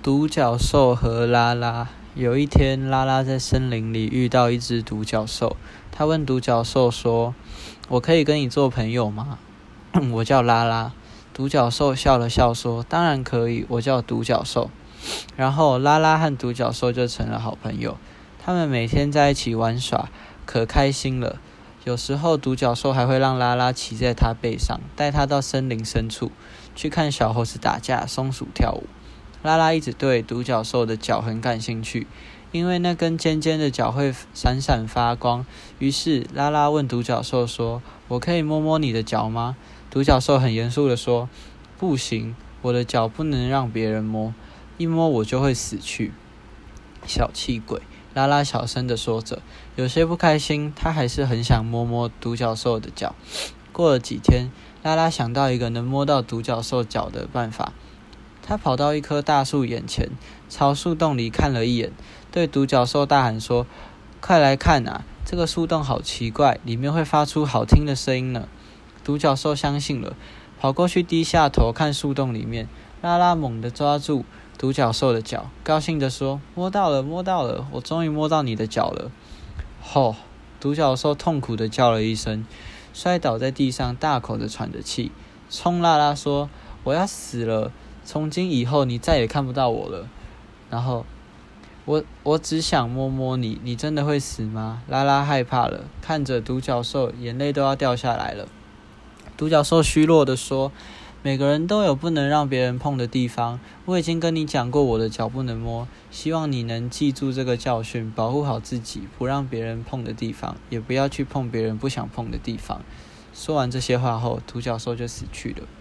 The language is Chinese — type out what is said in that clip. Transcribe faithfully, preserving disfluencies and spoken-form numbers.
独角兽和拉拉。有一天，拉拉在森林里遇到一只独角兽，他问独角兽说：“我可以跟你做朋友吗？”我叫拉拉。独角兽笑了笑说：“当然可以，我叫独角兽。”然后拉拉和独角兽就成了好朋友，他们每天在一起玩耍，可开心了。有时候独角兽还会让拉拉骑在他背上，带他到森林深处去看小猴子打架、松鼠跳舞。拉拉一直对独角兽的脚很感兴趣，因为那根尖尖的脚会闪闪发光。于是拉拉问独角兽说：“我可以摸摸你的脚吗？”独角兽很严肃地说：“不行，我的脚不能让别人摸，一摸我就会死去。”小气鬼，拉拉小声地说着，有些不开心，他还是很想摸摸独角兽的脚。过了几天，拉拉想到一个能摸到独角兽脚的办法。他跑到一棵大树眼前，朝树洞里看了一眼，对独角兽大喊说：“快来看啊，这个树洞好奇怪，里面会发出好听的声音呢。”独角兽相信了，跑过去低下头看树洞里面。拉拉猛地抓住独角兽的脚，高兴地说：“摸到了，摸到了，我终于摸到你的脚了。”吼！独角兽痛苦地叫了一声，摔倒在地上，大口地喘着气，冲拉拉说：“我要死了！从今以后，你再也看不到我了。”然后，我我只想摸摸你，你真的会死吗？拉拉害怕了，看着独角兽，眼泪都要掉下来了。独角兽虚弱地说：“每个人都有不能让别人碰的地方，我已经跟你讲过我的脚不能摸，希望你能记住这个教训，保护好自己，不让别人碰的地方，也不要去碰别人不想碰的地方。”说完这些话后，独角兽就死去了。